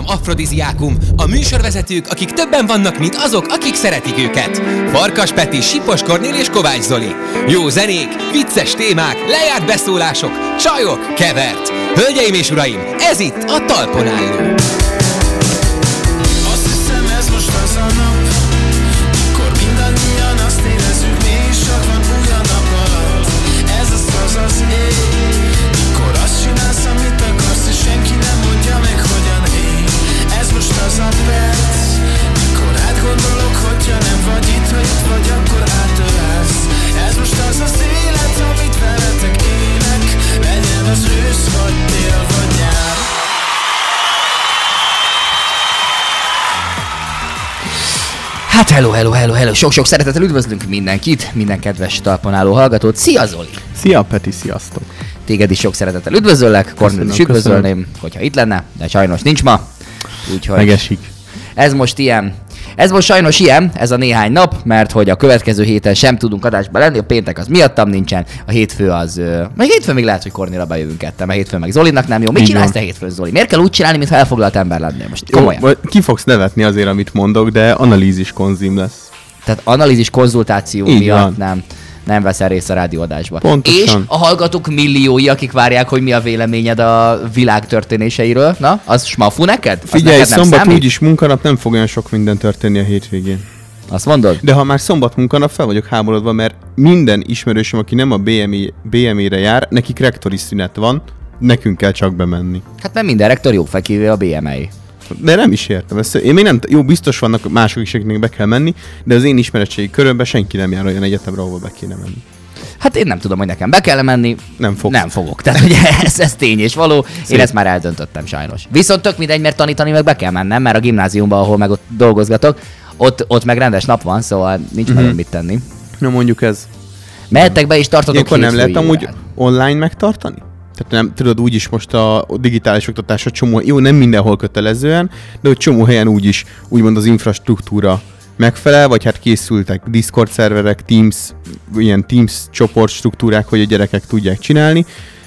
afrodiziákum, a műsorvezetők, akik többen vannak, mint azok, akik szeretik őket. Farkas Peti, Sipos Kornél és Kovács Zoli. Jó zenék, vicces témák, lejárt beszólások, csajok, kevert. Hölgyeim és uraim, ez itt a Talpon Álló. Azt hiszem, ez most az a nap, mikor mindannyian azt érezzük, mi is csak van új a nap alatt. Ez az ég, mikor azt csinálsz, amit akarsz, és senki nem mondja meg, hogyan ég. Ez most az a perc, mikor átgondolok, hogyha nem vagy itt, ha itt vagy, akkor átölelsz. Ez most az élet, amit veletek élek, legyen az ősz, vagy tél, vagy nyár. Hát hello, sok-sok szeretettel üdvözlünk mindenkit, minden kedves Talpon Álló hallgatót. Szia Zoli! Szia Peti, sziasztok! Téged is sok szeretettel üdvözöllek, Kornél is üdvözölném, hogyha itt lenne, de sajnos nincs ma. Úgyhogy megesik. Ez most sajnos ilyen, ez a néhány nap, mert hogy a következő héten sem tudunk adásba lenni, a péntek az miattam nincsen, a hétfő az... Meg hétfőn még lehet, hogy Kornéra bejövünk ketten, mert hétfőn meg Zolinak nem jó. Mit csinálsz te hétfőn, Zoli? Miért kell úgy csinálni, mintha elfoglalt ember lennél most? Komolyan. Jó, ki fogsz nevetni azért, amit mondok, de analízis konzim lesz. Tehát analízis konzultáció így miatt nem veszel részt a rádióadásba. Pontosan. És a hallgatók milliói, akik várják, hogy mi a véleményed a világ történéseiről, na, az smafu neked? Figyelj, szombat úgyis munkanap, nem fog olyan sok minden történni a hétvégén. Azt mondod? De ha már szombat munkanap, fel vagyok háborodva, mert minden ismerősöm, aki nem a BME-re jár, nekik rektori szünet van, nekünk kell csak bemenni. Hát mert minden rektor jó fekvő a BME. De nem is értem. Én még nem, jó, biztos vannak mások is, akiknek be kell menni, de az én ismeretségi körömben senki nem jár olyan egyetemre, ahova be kéne menni. Hát én nem tudom, hogy nekem be kell menni. Nem fogok. Tehát ugye ez tény és való. Szép. Én ezt már eldöntöttem sajnos. Viszont tök mindegy, mert tanítani meg be kell mennem, mert a gimnáziumban, ahol meg ott dolgozgatok, ott meg rendes nap van, szóval nincs nagyon mit tenni. Na mondjuk ez. Mehettek be és tartotok hétfői. Akkor nem lehet amúgy online megtartani? Tehát nem, tudod, úgyis most a digitális oktatás a csomó, jó, nem mindenhol kötelezően, de hogy csomó helyen úgyis, úgymond az infrastruktúra megfelel, vagy hát készültek Discord szerverek, ilyen Teams csoportstruktúrák, hogy a gyerekek tudják csinálni.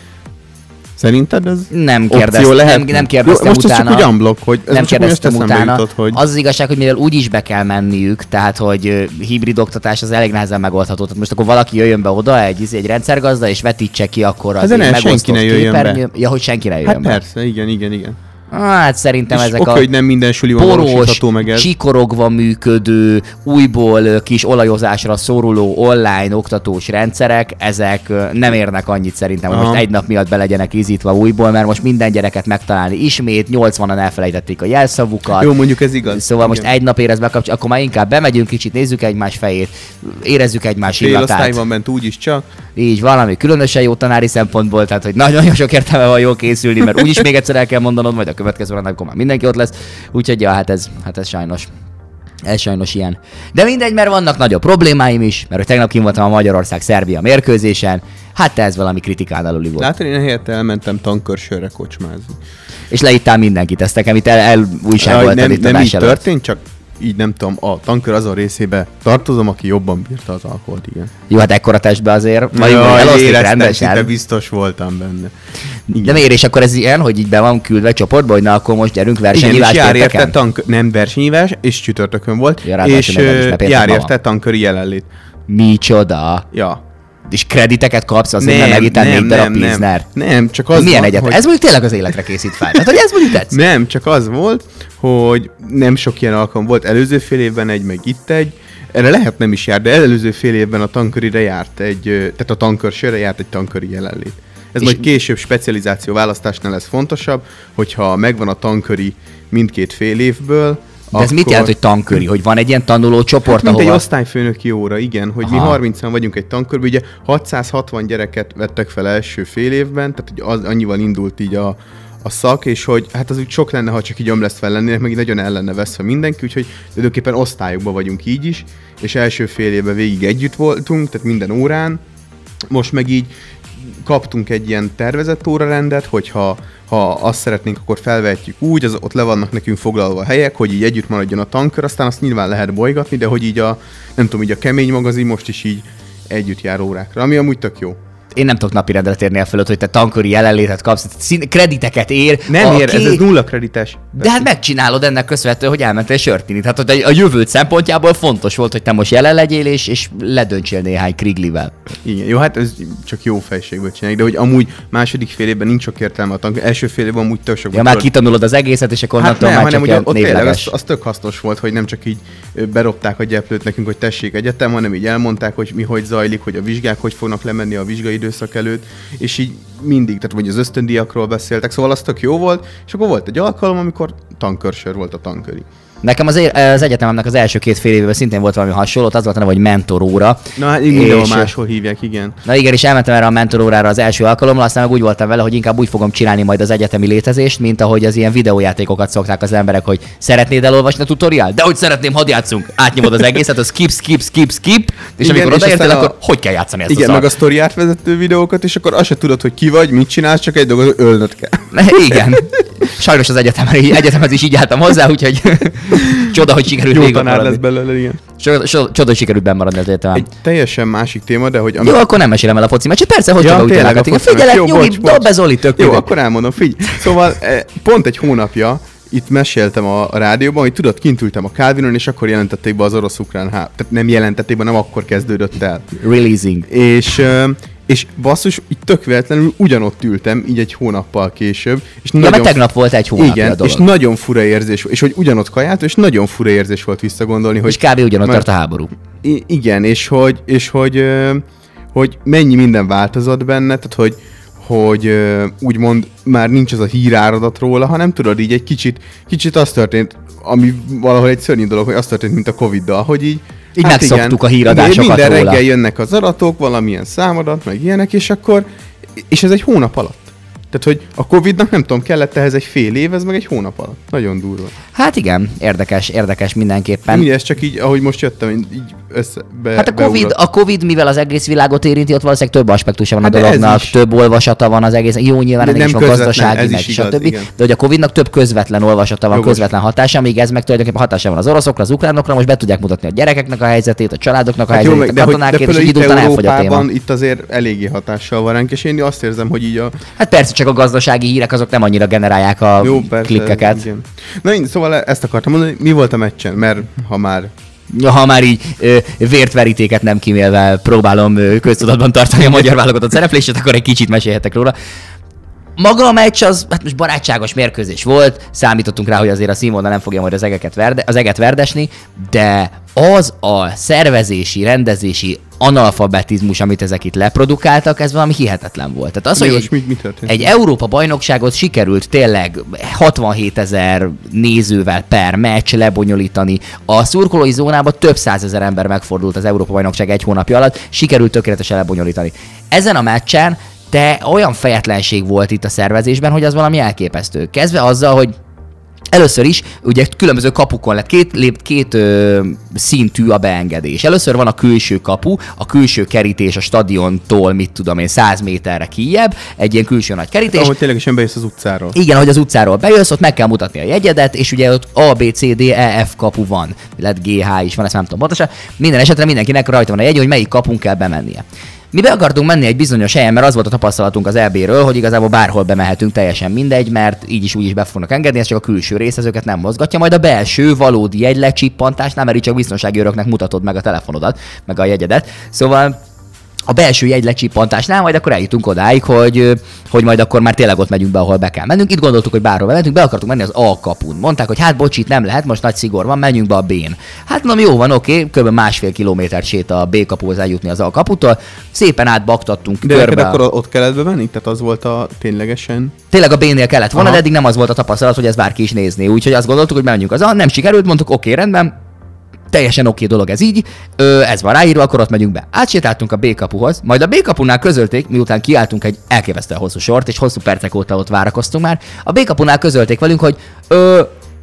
Szerinted ez nem kérdeztem jó, most utána. Most csak úgy unblock, hogy ez nem kérdeztem utána. Jutott, hogy... Az az igazság, hogy mivel úgy is be kell menniük, tehát hogy hibrid oktatás az elég nehezen megoldható. Tehát most akkor valaki jöjjön be oda, egy rendszergazda, és vetítse ki akkor az megosztott képernyő. Ja, hogy senki ne jöjjön be. Hát persze, igen. Hát szerintem és ezek hogy nem minden suliban valósítható meg ez. Csikorogva működő, újból kis olajozásra szoruló online oktatós rendszerek, ezek nem érnek annyit szerintem, hogy most egy nap miatt be legyenek ízítva újból, mert most minden gyereket megtalálni ismét, 80-an elfelejtették a jelszavukat. Jó, mondjuk ez igaz. Szóval igen. Most egy nap érez bekapcsolni, akkor már inkább bemegyünk, kicsit nézzük egymás fejét, érezzük egymás illatát. Félosztály van bent úgyis csak. Így valami különösen jó tanári szempontból, tehát hogy nagyon sok értelme van jól készülni, mert úgyis még egyszer el kell mondanod, majd a következő akkor már mindenki ott lesz, úgyhogy ja, hát ez sajnos. Ez sajnos ilyen. De mindegy, mert vannak nagyobb problémáim is, mert hogy tegnap kim voltam a Magyarország-Szerbia mérkőzésen, hát ez valami kritikán aluli volt. Látod, én helyette elmentem tankörsörre kocsmázni. És leittál mindenkit, ezt nekem itt elújságoltad itt nem így történt, csak így nem tudom, a tankör azon részébe tartozom, aki jobban bírta az alkoholt, igen. Jó, hát ekkora testbe azért, majd elosztik rendesen. De biztos voltam benne. Igen. De miért, és akkor ez ilyen, hogy így be van küldve csoportba, hogy na akkor most gyerünk versenyhívás pénteken? Nem versenyhívás, és csütörtökön volt, ja, és jár érte tanköri jelenlét. Micsoda? Ja. És krediteket kapsz azért, mert megitál 4 darab Pilsner? Nem, csak az milyen van, egyet? hogy... Ez mondjuk tényleg az életre készít fel. Tehát, hogy ez mondjuk tetsz? Nem, csak az volt, hogy nem sok ilyen alkalom volt. Előző fél évben egy, meg itt egy. Erre lehet nem is jár, de előző fél évben a tankörire járt tehát a tankörsörre járt egy tanköri jelenlét. Ez majd később specializáció választásnál lesz fontosabb, hogyha megvan a tanköri mindkét fél évből. De ez mit jelent, hogy tanköri? Hogy van egy ilyen tanuló csoport, hát, mint egy osztályfőnöki óra, igen, hogy mi 30-an vagyunk egy tankörben, ugye 660 gyereket vettek fel első fél évben, tehát annyival indult így a szak, és hogy hát az úgy sok lenne, ha csak így ömlesztve lennének, meg így nagyon el lenne veszve mindenki, úgyhogy tulajdonképpen osztályokban vagyunk így is, és első fél évben végig együtt voltunk, tehát minden órán. Most meg így kaptunk egy ilyen tervezett órarendet, hogyha azt szeretnénk, akkor felvehetjük úgy, ott le vannak nekünk foglalva a helyek, hogy így együtt maradjon a tankör, aztán azt nyilván lehet bolygatni, de hogy így így a kemény magazin most is így együtt jár órákra, ami amúgy tök jó. én nem tudok napirendre térni el fölött, hogy te tanköri jelenlétet kapsz, krediteket ér. Nem ér, ez nulla kredites. De hát megcsinálod ennek köszönhetően, hogy elmentél sört inni. Tehát a jövőd szempontjából fontos volt, hogy te most jelen legyél, és ledöntsél néhány kriglivel. Igen, jó, hát ez csak jó fejségből csinálják, de hogy amúgy második fél évben nincs sok értelme a tankönyv, első fél évben amúgy tök sok. Ja, már kitanulod az egészet, és akkor onnantól már csak ilyen névleges. Az tök hasznos volt, hogy nem csak így berobták a gyeplőt nekünk, hogy tessék egyetem, hanem így elmondták, hogy mi hogy zajlik, hogy a vizsgák hogy fognak lemenni a vizsgai időszak előtt, és így mindig, tehát vagy az ösztöndíjakról beszéltek, szóval az tök jó volt, és akkor volt egy alkalom, amikor tankörsör volt a tanköri. Nekem az egyetememnek az első 2 fél évben szintén volt valami hasonló, az volt a neve, hogy mentoróra. Na hát mindenhol máshol hívják, igen. Na igen, és elmentem erre a mentorórára az első alkalommal, aztán meg úgy voltam vele, hogy inkább úgy fogom csinálni majd az egyetemi létezést, mint ahogy az ilyen videójátékokat szokták az emberek, hogy szeretnéd elolvasni a tutoriál? De hogy szeretném, hadd játszunk. Átnyomod az egészet, az skip, és igen, amikor odaértél, akkor hogy kell játszani ezt igen, a meg a sztori átvezető videókat, és akkor azt se tudod, hogy ki vagy, mit csinálsz, csak egy dolgot, hogy ölnöd kell. Igen. Sajnos az egyetemhez is így álltam hozzá, úgyhogy csoda, hogy sikerült jó tanár lesz belőle, igen. Csoda, hogy sikerült bennmaradni az egyetemen. Egy teljesen másik téma, de hogy... Jó, akkor nem mesélem el a foci meccset. Persze, hogy csak úgy tényleg. Figyelek, Nyugi, dob be Zoli, tök jó, akkor elmondom, figyelj. Szóval pont egy hónapja itt meséltem a rádióban, hogy tudod, kint ültem a Calvinon, és akkor jelentették be az orosz-ukrán tehát nem jelentették be, nem akkor kezdődött el. Releasing. És basszus, így tök véletlenül ugyanott ültem, így egy hónappal később. És ja, mert tegnap volt egy hónapja igen, a dolog. És nagyon fura érzés, és hogy ugyanott kajált, és nagyon fura érzés volt visszagondolni, hogy... És kb. Ugyanott tart a háború. Igen, és hogy mennyi minden változott benne, tehát hogy úgymond már nincs az a híráradat róla, hanem tudod, így egy kicsit az történt, ami valahol egy szörnyű dolog, hogy az történt, mint a Covid-dal, hogy így így hát megszoktuk a híradásokat minden róla. Reggel jönnek az adatok, valamilyen számadat, meg ilyenek, és ez egy hónap alatt. Tehát, hogy a Covid-nak nem tudom, kellett ehhez egy fél év, ez meg egy hónap alatt. Nagyon durva. Hát igen, érdekes mindenképpen. Mindez csak így, ahogy most jöttem, így hát a Covid, mivel az egész világot érinti, ott valószínűleg több aspektusa van a dolognak, több olvasata van az egész. Jó, nyilván ennek is van gazdasági, meg stb. De hogy a Covidnak több közvetlen olvasata van, közvetlen hatása, míg ez meg tulajdonképpen hatása van az oroszokra, az ukránokra, most be tudják mutatni a gyerekeknek a helyzetét, a családoknak a helyzetét, a katonákért, és így után elfogy a téma. Itt azért eléggé hatással van ránk, és én azt érzem, hogy így a... Hát persze, csak a gazdasági hírek azok nem annyira generálják a klikkeket. Igen. Na én szóval ezt akartam mondani, mi volt a meccsen, mert ha már így vértverítéket nem kímélve próbálom köztudatban tartani a magyar válogatott szereplését, akkor egy kicsit mesélhetek róla. Maga a meccs az, hát most barátságos mérkőzés volt, számítottunk rá, hogy azért a színvonal nem fogja majd az eget verdesni, de az a szervezési, rendezési analfabetizmus, amit ezek itt leprodukáltak, ez valami hihetetlen volt. Tehát az, hogy egy Európa bajnokságot sikerült tényleg 67 000 nézővel per meccs lebonyolítani. A szurkolói zónában több 100 000 ember megfordult az Európa bajnokság egy hónapja alatt, sikerült tökéletesen lebonyolítani. Ezen a meccsen olyan fejetlenség volt itt a szervezésben, hogy az valami elképesztő. Kezdve azzal, hogy először is ugye különböző kapukon lett két szintű a beengedés. Először van a külső kapu, a külső kerítés a stadiontól, 100 méterre kijjebb, egy ilyen külső nagy kerítés. Ahogy ténylegesen bejössz az utcáról. Igen, ahogy az utcáról bejössz, ott meg kell mutatni a jegyedet, és ugye ott A, B, C, D, E, F kapu van. Lehet GH is van, ezt nem tudom pontosan. Minden esetre mindenkinek rajta van a jegy, hogy melyik kapun kell bemennie. Mi be akartunk menni egy bizonyos helyen, mert az volt a tapasztalatunk az EB-ről, hogy igazából bárhol bemehetünk, teljesen mindegy, mert így is úgy is be fognak engedni, ez csak a külső részezőket nem mozgatja, majd a belső valódi jegy lecsippantásnál, mert így csak biztonsági őröknek mutatod meg a telefonodat, meg a jegyedet. Szóval a belső jegy lecsippantásnál majd akkor eljutunk odáig, hogy majd akkor már tényleg ott megyünk be, ahol be kell mennünk. Itt gondoltuk, hogy bárhol bementünk, be akartunk menni az A kapun. Mondták, hogy hát bocs, itt nem lehet, most nagy szigor van, menjünk be a B-n. Hát mondom, jó van, oké, kb. 1,5 kilométert sétál a B kapuhoz eljutni az A kaputól. Szépen átbaktattunk körbe. De akkor ott kellett bemenni? Tehát az volt a ténylegesen... Tényleg a B-nél kellett volna, de eddig nem az volt a tapasztalat, hogy ez bárki is nézni. Úgyhogy azt gondoltuk, hogy menjünk az A, nem sikerült, mondtuk, oké, rendben. Teljesen oké dolog ez így, ez van ráírva, akkor ott megyünk be. Átsétáltunk a B kapuhoz, majd a B kapunál közölték, miután kiálltunk egy elképesztően hosszú sort, és hosszú percek óta ott várakoztunk már, a B kapunál közölték velünk, hogy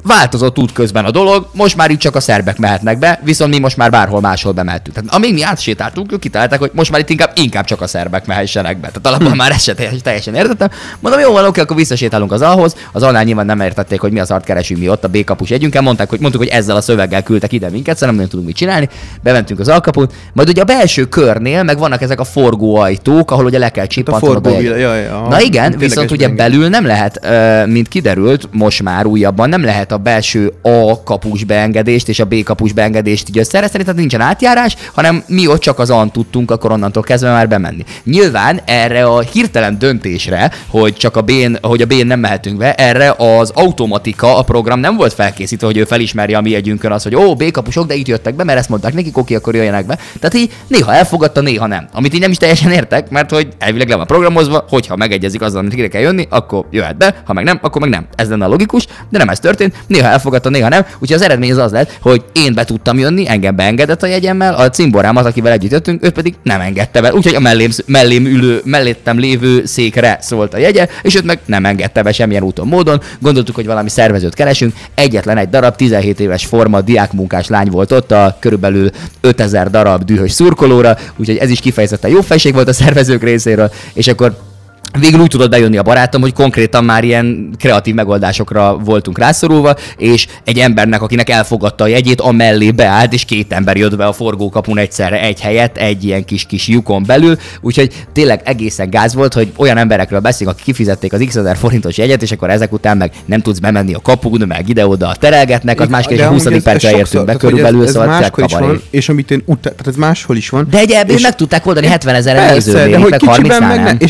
változott útközben a dolog, most már itt csak a szerbek mehetnek be, viszont mi most már bárhol máshol bemehetünk. Tehát amíg mi átsétáltunk, ők kitalálták, hogy most már itt inkább csak a szerbek mehessenek be. Tehát alapban már ezt se teljesen értettem. Mondom, jó van, oké, akkor visszasétálunk az alhoz. Az alnál nyilván nem értették, hogy mi az art keresünk mi ott a B-kapus jegyünkkel. Mondtuk, hogy ezzel a szöveggel küldtek ide minket, szóval nem tudunk mit csinálni. Bementünk az alkaput. Majd ugye a belső körnél meg vannak ezek a forgóajtók, ahol ugye le kell csippantanod a jegyet. Na igen, viszont ugye belül nem lehet, mint kiderült, most már újabban nem lehet a belső A kapus beengedést és a B kapus beengedést így összereszteni, tehát nincsen átjárás, hanem mi ott csak az A-n tudtunk akkor onnantól kezdve már bemenni. Nyilván erre a hirtelen döntésre, hogy csak a B-n nem mehetünk be, erre az automatika, a program nem volt felkészítve, hogy ő felismerje a mi jegyünkön az, hogy B kapusok, de itt jöttek be, mert ezt mondták nekik, oké, akkor jöjjenek be. Tehát így néha elfogadta, néha nem. Amit így nem is teljesen értek, mert hogy elvileg le van programozva, hogyha megegyezik azzal, amit ide kell jönni, akkor jöhet be, ha meg nem, akkor meg nem. Ez lenne a logikus, de nem ez történt. Néha elfogadta, néha nem. Úgyhogy az eredmény az lett, hogy én be tudtam jönni, engem beengedett a jegyemmel, a cimborámat, akivel együtt jöttünk, őt pedig nem engedte be. Úgyhogy a mellettem lévő székre szólt a jegye, és őt meg nem engedte be semmilyen úton, módon. Gondoltuk, hogy valami szervezőt keresünk. Egyetlen egy darab 17 éves forma diákmunkás lány volt ott a körülbelül 5000 darab dühös szurkolóra, úgyhogy ez is kifejezetten jó fejség volt a szervezők részéről, és akkor végül úgy tudott bejönni a barátom, hogy konkrétan már ilyen kreatív megoldásokra voltunk rászorulva, és egy embernek, akinek elfogadta a jegyét, amellé beállt, és 2 ember jött be a forgókapun egyszerre egy helyet, egy ilyen kis lyukon belül, úgyhogy tényleg egészen gáz volt, hogy olyan emberekről beszélünk, akik kifizették az x-1000 forintos jegyet, és akkor ezek után meg nem tudsz bemenni a kapun, meg ide-oda terelgetnek, az másképp 20. percre értünk be körülbelül, szóval máshol is van, és amit én tehát ez máshol is van. De egyébként meg tudták oldani 70 000 nézőnél, meg 30-nál nem.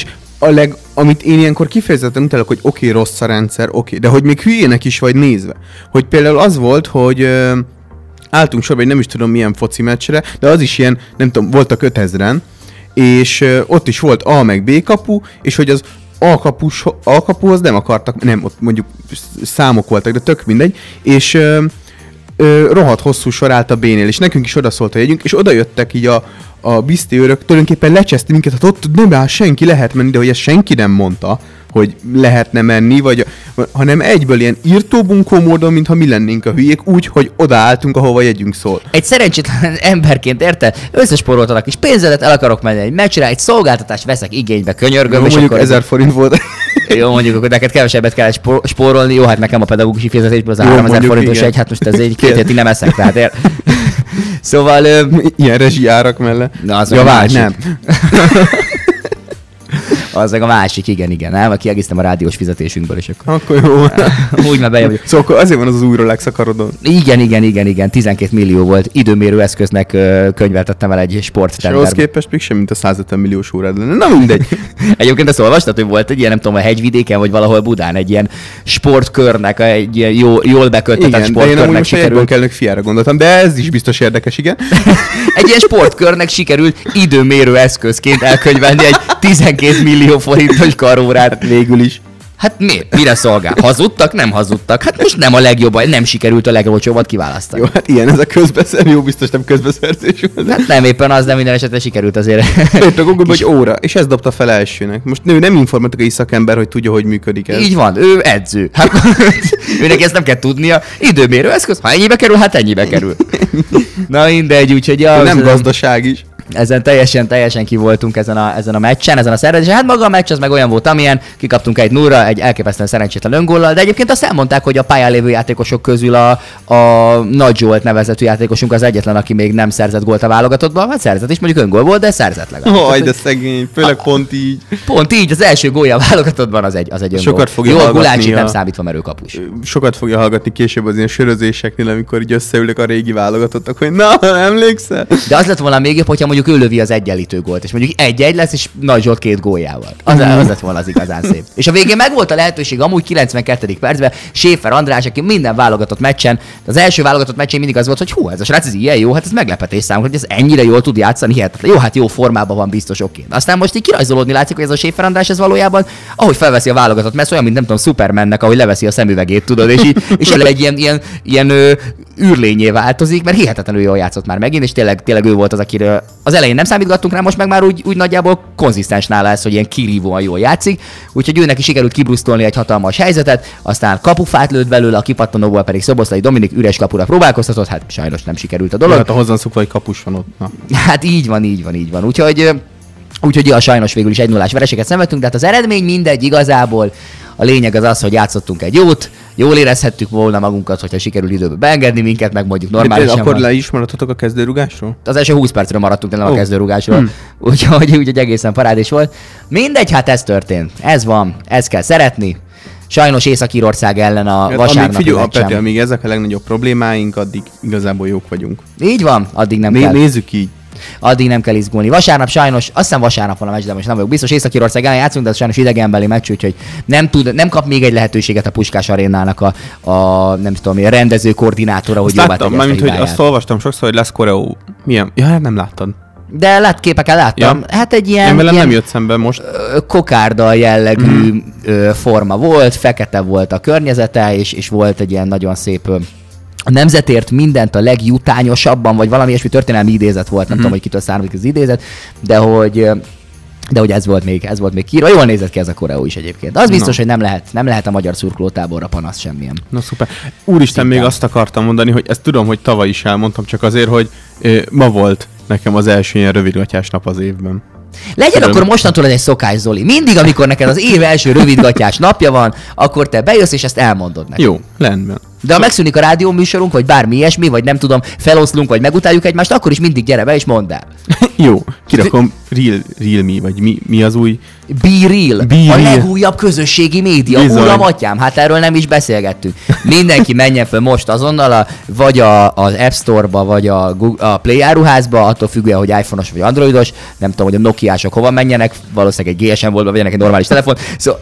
Amit én ilyenkor kifejezetten utalok, hogy oké, rossz a rendszer, oké, de hogy még hülyének is vagy nézve. Hogy például az volt, hogy álltunk sorba, egy nem is tudom milyen foci meccsre, de az is ilyen, nem tudom, voltak 5000-en, és ott is volt A meg B kapu, és hogy az A kapuhoz nem akartak, nem, ott mondjuk számok voltak, de tök mindegy, és rohadt hosszú sor állt a B-nél, és nekünk is odaszólt a jegyünk, és oda jöttek így a biszti őrök, tulajdonképpen lecseszti minket, hát ott nem áll, senki lehet menni, de hogy ezt senki nem mondta, hogy lehetne menni, hanem egyből ilyen írtóbunkó módon, mintha mi lennénk a hülyék, úgy, hogy odaálltunk, ahova jegyünk szól. Egy szerencsétlen emberként, érte? Összespóroltam a kis pénzedet, el akarok menni egy meccsre, egy szolgáltatást veszek igénybe, könyörgöm. Jó, és mondjuk akkor 1000 forint volt. Jó, mondjuk, akkor neked kevesebbet kell spórolni, jó, hát nekem a pedagógusi fizetésből az 3000 forintos igen. egy, hát most ez egy 2 heti nem eszek, tehát Szóval... Ilyen rezsijárak mellett. Na, az ja, várj, nem. Az meg a másik, igen, nem? Kiegésztem a rádiós fizetésünkből, és akkor jó. Úgy már bejövök. Szóval akkor azért van az új Rolex a karodon. Igen, 12 millió volt. Időmérő eszköznek könyveltettem el egy sporttenderbe. És ahhoz képest még sem, mint a 150 milliós órád lenne. Na mindegy. Egyébként ezt olvastad, hogy volt egy ilyen, nem tudom, a hegyvidéken, vagy valahol Budán egy ilyen sportkörnek, egy ilyen jól beköttetett sportkörnek sikerült. Igen, de én amúgy most a jegyből fiára gondoltam, de ez is biztos érdekes, igen. Egy ilyen sportkörnek sikerült időmérő eszközként elkönyvelni egy 12 millió forintos karórát végül is. Hát miért? Mire szolgál? Hazudtak? Nem hazudtak. Hát most nem a legjobb, nem sikerült a legolcsóbbat kiválasztani. Jó, hát ilyen ez a közbeszerzés, jó, biztos nem közbeszerzés. Hát nem éppen az, de minden esetre sikerült azért. Érted a Google, hogy óra, és ez dobta fel elsőnek. Most ő nem informatikai szakember, hogy tudja, hogy működik ez. Így van, ő edző. Hát őnek ezt nem kell tudnia. Időmérő eszköz, ha ennyibe kerül, hát ennyibe kerül. Na mindegy, úgyhogy... Nem gazdaság is. Ezen teljesen ki voltunk ezen a meccsen, ezen a szervezésen. Hát maga a meccs az meg olyan volt, amilyen kikaptunk 1-0-ra, egy elképesztően szerencsétlen öngóllal, de egyébként azt elmondták, hogy a pályán lévő játékosok közül a Nagy Zsolt nevezetű játékosunk az egyetlen, aki még nem szerzett gólt a válogatottban. Hát szerzett is, mondjuk öngól volt, de szerzett legalább. Haj, de szegény, főleg pont így. Pont így, az első gólja a válogatottban az egy öngól. Sokat fogja jó, hallgatni. Gulácsit nem számítva, mert ő kapus. Sokat fogja hallgatni később az ilyen sörözéseknél, amikor így összeülök a régi válogatottak, hogy na, emlékszel? De az lett volna még jobb, hogyha mondjuk ő lövi az egyenlítő gólt, és mondjuk 1-1 lesz, és Nagy Zsolt 2 góljával. Az lett volna az igazán szép. És a végén meg volt a lehetőség, amúgy 92. percben Schäfer András, aki minden válogatott meccsen, az első válogatott meccsen mindig az volt, hogy hú, ez a srác ez ilyen jó, hát ez meglepetés számunkra, hogy ez ennyire jól tud játszani, hihetetlen. Jó, hát jó formában van biztos, oké. Aztán most így kirajzolódni látszik, hogy ez a Schäfer András ez valójában, ahogy felveszi a válogatott messz, olyan, mint nem tudom, Supermannek, ahogy leveszi a szemüvegét, tudod, és egy ilyen űrlényé változik, mert hihetetlenül jól játszott már megint, és tényleg ő volt az, akiről az elején nem számítgattunk rá, most meg már úgy nagyjából konzisztens nála ez, hogy ilyen kirívóan jól játszik, úgyhogy őnek is sikerült kibrusztolni egy hatalmas helyzetet, aztán kapufát lőtt belőle, a kipattanóból pedig Szoboszlai Dominik üres kapura próbálkoztatott, hát sajnos nem sikerült a dolog. Hát a hozzánszokva, hogy kapus van ott. Na. Hát így van. Úgyhogy ja, sajnos végül is 1-0-ás vereséget szenvedtünk, de hát az eredmény mindegy igazából. A lényeg az, hogy játszottunk egy jót, jól érezhettük volna magunkat, hogyha sikerül időbe beengedni minket, meg mondjuk normálisan. Akkor le is maradhatok a kezdőrugásról? Az első 20 percről maradtunk nem a kezdőrugásról, úgyhogy egészen parádés volt. Mindegy, hát ez történt. Ez van, ezt kell szeretni. Sajnos Észak-Írország ellen a vasárnapi meccsen. Amíg ezek a legnagyobb problémáink, addig igazából jók vagyunk. Így van, addig nem kell. Nézzük így. Addig nem kell izgulni. Vasárnap sajnos, azt hiszem vasárnap van a meccs, de most nem vagyok biztos, Észak-Írország ellen játszunk, de sajnos idegenbeli meccs, úgyhogy nem kap még egy lehetőséget a Puskás Arénának a nem tudom, a rendező koordinátora, hogy jobbá tegye ezt a hibáját. Azt olvastam sokszor, hogy lesz koreó. Milyen? Ja, nem láttad. De képeken láttam. Ja. Hát egy ilyen... Én velem nem jött szembe most. Kokárdal jellegű forma volt, fekete volt a környezete, és volt egy ilyen nagyon szép... A nemzetért mindent a legjutányosabban, vagy valami ilyesmi történelmi idézet volt, nem tudom, hogy kitől származik az idézet, de hogy ez volt még kiírva. Jól nézett ki ez a koreó is egyébként. Az biztos, hogy nem lehet a magyar szurkolótáborra panasz semmilyen. Na szuper. Úristen, még azt akartam mondani, hogy ezt tudom, hogy tavaly is elmondtam, csak azért, hogy ma volt nekem az első ilyen rövidgatyás nap az évben. Legyen akkor mostantól egy szokás, Zoli. Mindig, amikor neked az év első rövidgatyás napja van, akkor te bejössz és ezt elmondod neki. Jó, rendben. De ha megszűnik a rádióműsorunk, vagy bármi ilyesmi, vagy nem tudom, feloszlunk, vagy megutáljuk egymást, akkor is mindig gyere be és mondd el. Jó, kirakom Real Me, vagy mi az új? Be Real. A legújabb közösségi média. Uram, atyám, hát erről nem is beszélgettünk. Mindenki menjen fel most azonnal, vagy az App Store-ba, vagy a Play áruházba, attól függően, hogy iPhone-os vagy Androidos, nem tudom, hogy a Nokiások hova menjenek, valószínűleg egy GSM Worldba vegyenek egy normális telefon.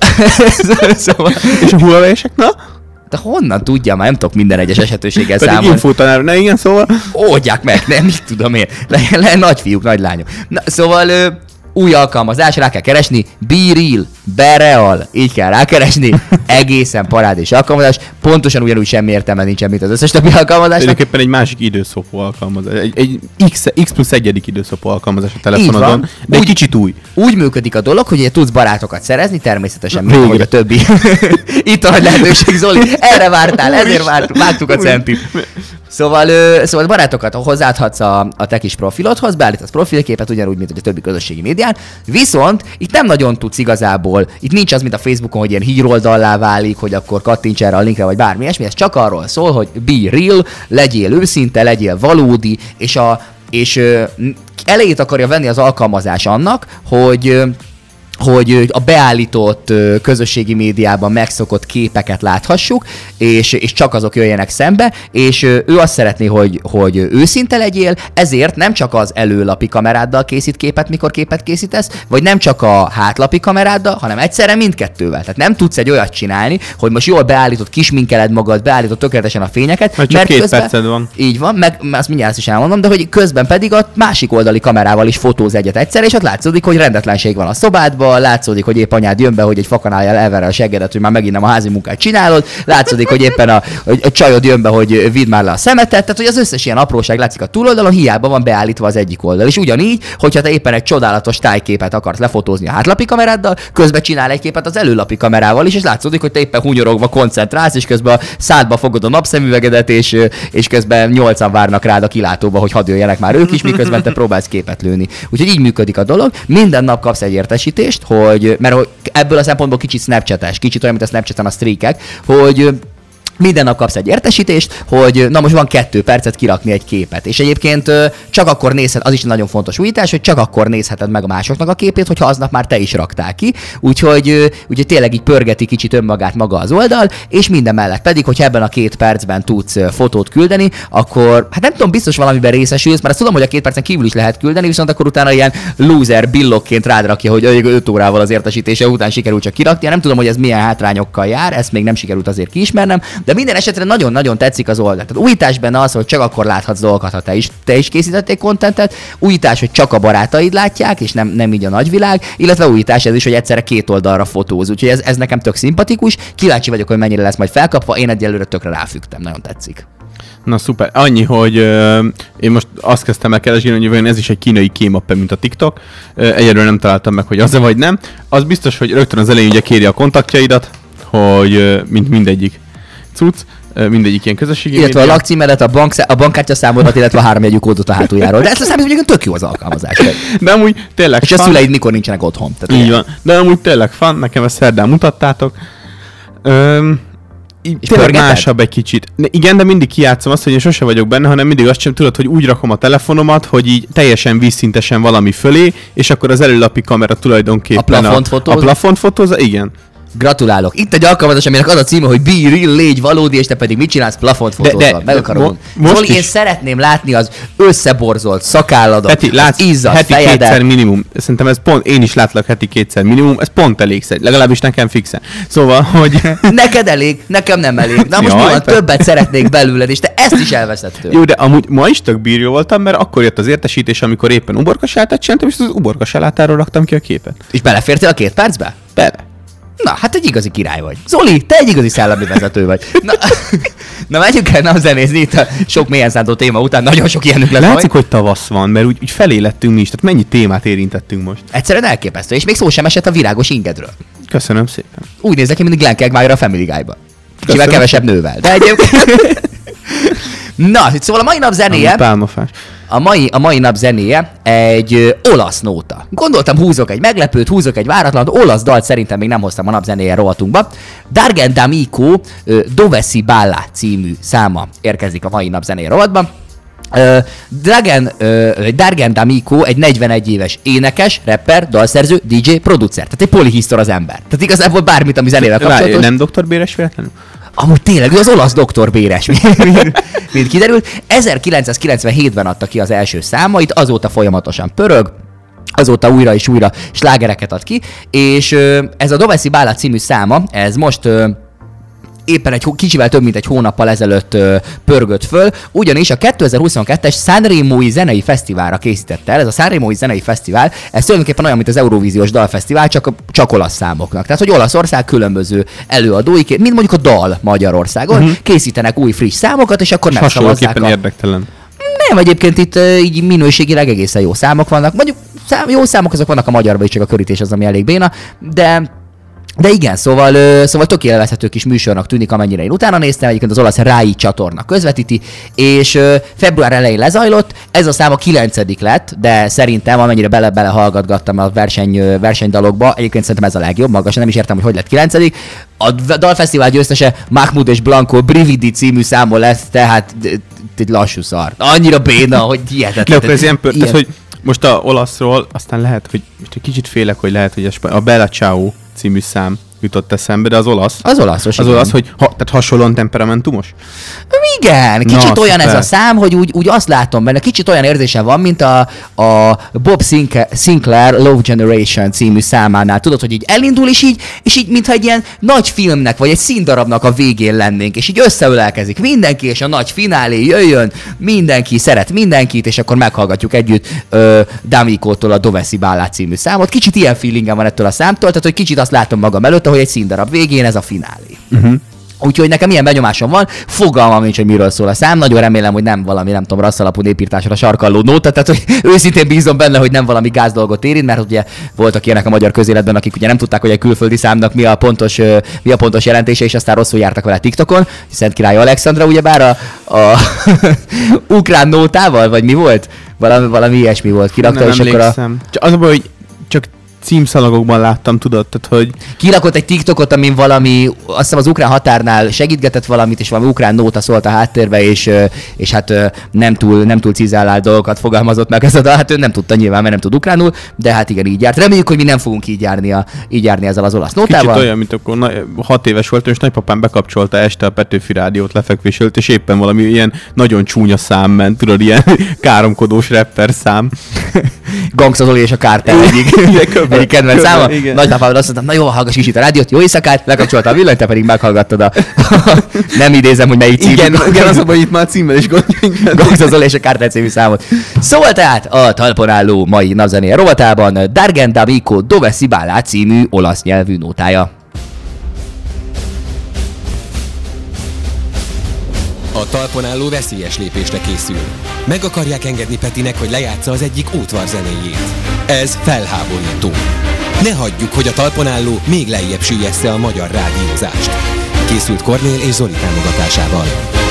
Szóval... És a Huawei-esek, na? De honnan tudja, már nem tudok minden egyes esetőséggel számolni. Pedig infotanár, ne igen, szóval... Oldják meg, nem, mit tudom én. Nagy fiúk, nagy lányok. Na, szóval új alkalmazás, rá kell keresni, Be Real, Be Real, így kell rákeresni, egészen parádés alkalmazás, pontosan ugyanúgy semmi értelme nincsen, mint az összes többi alkalmazásnak. Tulajdonképpen egy másik időszopó alkalmazás, egy X+1 időszopó alkalmazás a telefonodon, de egy kicsit új. Úgy működik a dolog, hogy tudsz barátokat szerezni, természetesen mint ahogy a többi. Itt a nagy lehetőség, Zoli, erre vártál, ezért vágtuk a centit. Szóval barátokat hozzáadhatsz a te kis profilodhoz, beállítasz profilképet, ugyanúgy, mint a többi közösségi médián, viszont itt nem nagyon tudsz igazából, itt nincs az, mint a Facebookon, hogy ilyen híroldallá válik, hogy akkor kattints erre a linkre, vagy bármi ilyesmi, ez csak arról szól, hogy be real, legyél őszinte, legyél valódi, és elejét akarja venni az alkalmazás annak, hogy a beállított közösségi médiában megszokott képeket láthassuk, és csak azok jöjjenek szembe, és ő azt szeretné, hogy őszinte legyél, ezért nem csak az előlapi kameráddal készít képet, mikor képet készítesz, vagy nem csak a hátlapi kameráddal, hanem egyszerre mindkettővel. Tehát nem tudsz egy olyat csinálni, hogy most jól beállított, kisminkeled magad, beállított tökéletesen a fényeket, mert csak 2 perced van. Így van, meg azt mindjárt is elmondom, de hogy közben pedig a másik oldali kamerával is fotóz egyet egyszerre, és ott látszódik, hogy rendetlenség van a szobádban, látszódik, hogy épp anyád jön be, hogy egy fakanáljál elverre a seggedet, hogy már megint nem a házi munkát csinálod, látszódik, hogy éppen a csajod jön be, hogy vidd már le a szemetet, tehát hogy az összes ilyen apróság látszik a túloldalon, hiába van beállítva az egyik oldal. És ugyanígy, hogyha te éppen egy csodálatos tájképet akarsz lefotózni a hátlapi kameráddal, közben csinál egy képet az előlapi kamerával is, és látszódik, hogy te éppen hunyorogva koncentrálsz, és közben a szádba fogod a napszemüvegedet, és közben 8-an várnak rád a kilátóba, hogy hadd jöjjenek már ők is, miközben te próbálsz képet lőni. Úgyhogy így működik a dolog. Minden nap kapsz egy értesítést, mert ebből a szempontból kicsit Snapchat-es, kicsit olyan, mint a Snapchaten a streakek, hogy minden nap kapsz egy értesítést, hogy na most van 2 percet kirakni egy képet. És egyébként csak akkor nézheted, az is nagyon fontos újítás, hogy csak akkor nézheted meg a másoknak a képét, hogyha aznap már te is raktál ki. Úgyhogy tényleg így pörgeti kicsit önmagát maga az oldal, és minden mellett pedig, hogyha ebben a 2 percben tudsz fotót küldeni, akkor hát nem tudom, biztos valamiben részesülsz, mert azt tudom, hogy a 2 percen kívül is lehet küldeni, viszont akkor utána ilyen loser billokként rád rakja, hogy 5 órával az értesítése után sikerült csak kirakni. Nem tudom, hogy ez milyen hátrányokkal jár, ezt még nem sikerült azért kiismernem. De minden esetre nagyon-nagyon tetszik az oldal. Tehát újítás benne az, hogy csak akkor láthatsz dolgokat, ha te is készítettél kontentet, újítás, hogy csak a barátaid látják, és nem így a nagyvilág, illetve újítás ez is, hogy egyszerre 2 oldalra fotóz. Úgyhogy ez nekem tök szimpatikus, kíváncsi vagyok, hogy mennyire lesz majd felkapva, én egyelőre tökre ráfügtem, nagyon tetszik. Na szuper. Annyi, hogy én most azt kezdtem el keresni, hogy vajon ez is egy kínai kémappe, mint a TikTok. Egyelőre nem találtam meg, hogy az-e vagy nem. Az biztos, hogy rögtön az elején ugye kéri a kontaktjaidat, hogy mint mindegyik cucc, mindegyik ilyen közösségi Illetve a lakcímedet, a bankkártyaszámodat, illetve a 3 jegyű kódot a hátuljáról. De ezt a számít, hogy tök jó az alkalmazás. De amúgy tényleg és a szüleid mikor nincsenek otthon. Tehát így van. De amúgy tényleg fan, nekem ezt szerdán mutattátok. Tényleg másabb egy kicsit. Igen, de mindig kijátszom azt, hogy én sose vagyok benne, hanem mindig azt sem tudod, hogy úgy rakom a telefonomat, hogy így teljesen vízszintesen valami fölé, és akkor az előlapi kamera tulajdonképpen a plafont fotózza. Igen. Gratulálok. Itt egy alkalmazás, aminek az a címe, hogy Be Real, légy valódi, és te pedig mit csinálsz? Plafont fotózva. Meg akarom Zoli, én szeretném látni az összeborzolt szakálladat, heti, az izzadt heti fejedet. 2-szer minimum. Szerintem ez pont, én is látlak heti 2-szer minimum, ez pont elég szerint. Legalábbis nekem fixen. Szóval, hogy... Neked elég, nekem nem elég. Na most jaj, többet szeretnék belőled, és te ezt is elveszed. Jó, de amúgy ma is tök bírjó voltam, mert akkor jött az értesítés, amikor éppen uborkasáltát csináltam, és az uborkasálátáról raktam ki a képet. És belefértél a 2 percbe? Bele. Na, hát egy igazi király vagy. Zoli, te egy igazi szellemi vezető vagy. Na menjünk el zenézni itt a sok mélyen szántó téma után, nagyon sok ilyenünk lesz. Látszik, hogy tavasz van, mert úgy felé lettünk mi is, tehát mennyi témát érintettünk most. Egyszerűen elképesztő, és még szó sem esett a virágos ingedről. Köszönöm szépen. Úgy nézek ki, mint Glenn Keggmeier a Family Guy-ba. Kicsivel kevesebb nővel. De egyébként... Na, szóval a mai nap zenéje... Pálmafás. A mai nap zenéje egy olasz nóta. Gondoltam, húzok egy meglepőt, húzok egy váratlant, olasz dalt szerintem még nem hoztam a nap zenéje rovatunkba. Dargen D'Amico Dove si balla című száma érkezik a mai nap zenéje rovatban. Dargen D'Amico egy 41 éves énekes, rapper, dalszerző, DJ, producer. Tehát egy polihisztor az ember. Tehát igazából bármit, ami zenével kapcsolatos. Nem Dr. Béres véletlenül? Amúgy tényleg, ő az olasz Dr. Béres, mint kiderült. 1997-ben adta ki az első számait, azóta folyamatosan pörög, azóta újra és újra slágereket ad ki, és ez a Dove si balla című száma, ez most éppen egy kicsivel több mint egy hónappal ezelőtt pörgött föl, ugyanis a 2022-es Sanremói zenei fesztiválra készítette el. Ez a Sanremói zenei fesztivál, ez tulajdonképpen olyan, mint az Eurovíziós dalfesztivál, csak olasz számoknak. Tehát, hogy Olaszország különböző előadói, mint mondjuk a Dal Magyarországon, készítenek új friss számokat, és akkor megszavazzák érdektelen. Nem, egyébként itt így minőségileg egészen jó számok vannak. Mondjuk jó számok azok vannak a magyarban is, csak a körítés az, ami elég béna, de igen, szóval tök élvezhető kis műsornak tűnik, amennyire én utána néztem, egyébként az olasz Rai csatorna közvetíti, és február elején lezajlott, ez a szám a 9. lett, de szerintem, amennyire bele hallgatgattam a versenydalokba, egyébként szerintem ez a legjobb, maga sem nem is értem, hogy lett 9. A dalfesztivál győztese Mahmoud és Blanco Brividi című számon lesz, tehát egy lassú szar. Annyira béna, hogy hihetetlen. Ez ilyen tehát, hogy most a olaszról, aztán lehet, hogy most egy kicsit félek, hogy lehet, hogy a Bella Ciao című szám jutott eszembe, de az olasz. Az olaszos. Az olasz, hogy tehát hasonlóan temperamentumos? Igen, kicsit olyan ez a szám, hogy úgy azt látom benne, kicsit olyan érzésem van, mint a Bob Sinclair Love Generation című számánál. Tudod, hogy így elindul, és így mintha egy ilyen nagy filmnek, vagy egy színdarabnak a végén lennénk, és így összeölelkezik mindenki, és a nagy finálé jöjjön, mindenki szeret mindenkit, és akkor meghallgatjuk együtt D'Amico-tól a Dove si balla című számot. Kicsit ilyen feelingem van ettől a számtól, tehát hogy kicsit azt látom magam előtt, hogy egy színdarab végén ez a finálé. Úgyhogy nekem ilyen benyomásom van, fogalmam nincs, hogy miről szól a szám, nagyon remélem, hogy nem valami, nem tudom, rasszalapú népírtásra sarkalló nóta, tehát hogy őszintén bízom benne, hogy nem valami gáz dolgot érint, mert ugye voltak ilyenek a magyar közéletben, akik ugye nem tudták, hogy egy külföldi számnak mi a pontos jelentése, és aztán rosszul jártak vele TikTokon. Szent Király Alexandra ugyebár a ukrán nótával, vagy mi volt? Valami ilyesmi volt, kirakta, nem és akkor az a baj, hogy csak címszalagokban láttam, tudod, tehát hogy... Kirakott egy TikTokot, amin valami, azt hiszem az ukrán határnál segítgetett valamit, és valami ukrán nóta szólt a háttérbe, és hát nem túl cizellált dolgokat fogalmazott meg ez a dal. Hát ő nem tudta nyilván, mert nem tud ukránul, de hát igen, így járt. Reméljük, hogy mi nem fogunk így járni ezzel az olasz nótával. Kicsit olyan, mint akkor 6 éves voltam, és nagypapám bekapcsolta este a Petőfi rádiót lefekvés előtt, és éppen valami ilyen nagyon csúnya szám ment, tudod, ilyen káromkodós rapper szám. Gangsta Zoli és a Kártel egyik kedvenc száma. Nagypapámra azt mondtam, na jó, hallgass is itt a rádiót, jó éjszakát, lekapcsolta a villanyt, te pedig meghallgattad nem idézem, hogy melyik cím. Igen, az a baj, itt már címmel is gondoljunk. Gangsta Zoli és a Kártel című számot. Szóval tehát a talpon álló mai napzenéje rovatában Dargen D'Amico Dove si balla című olasz nyelvű nótája. A talpon álló veszélyes lépésre készül. Meg akarják engedni Petinek, hogy lejátsza az egyik útvar zenéjét. Ez felháborító. Ne hagyjuk, hogy a talpon álló még lejjebb süllyessze a magyar rádiózást. Készült Kornél és Zoli támogatásával.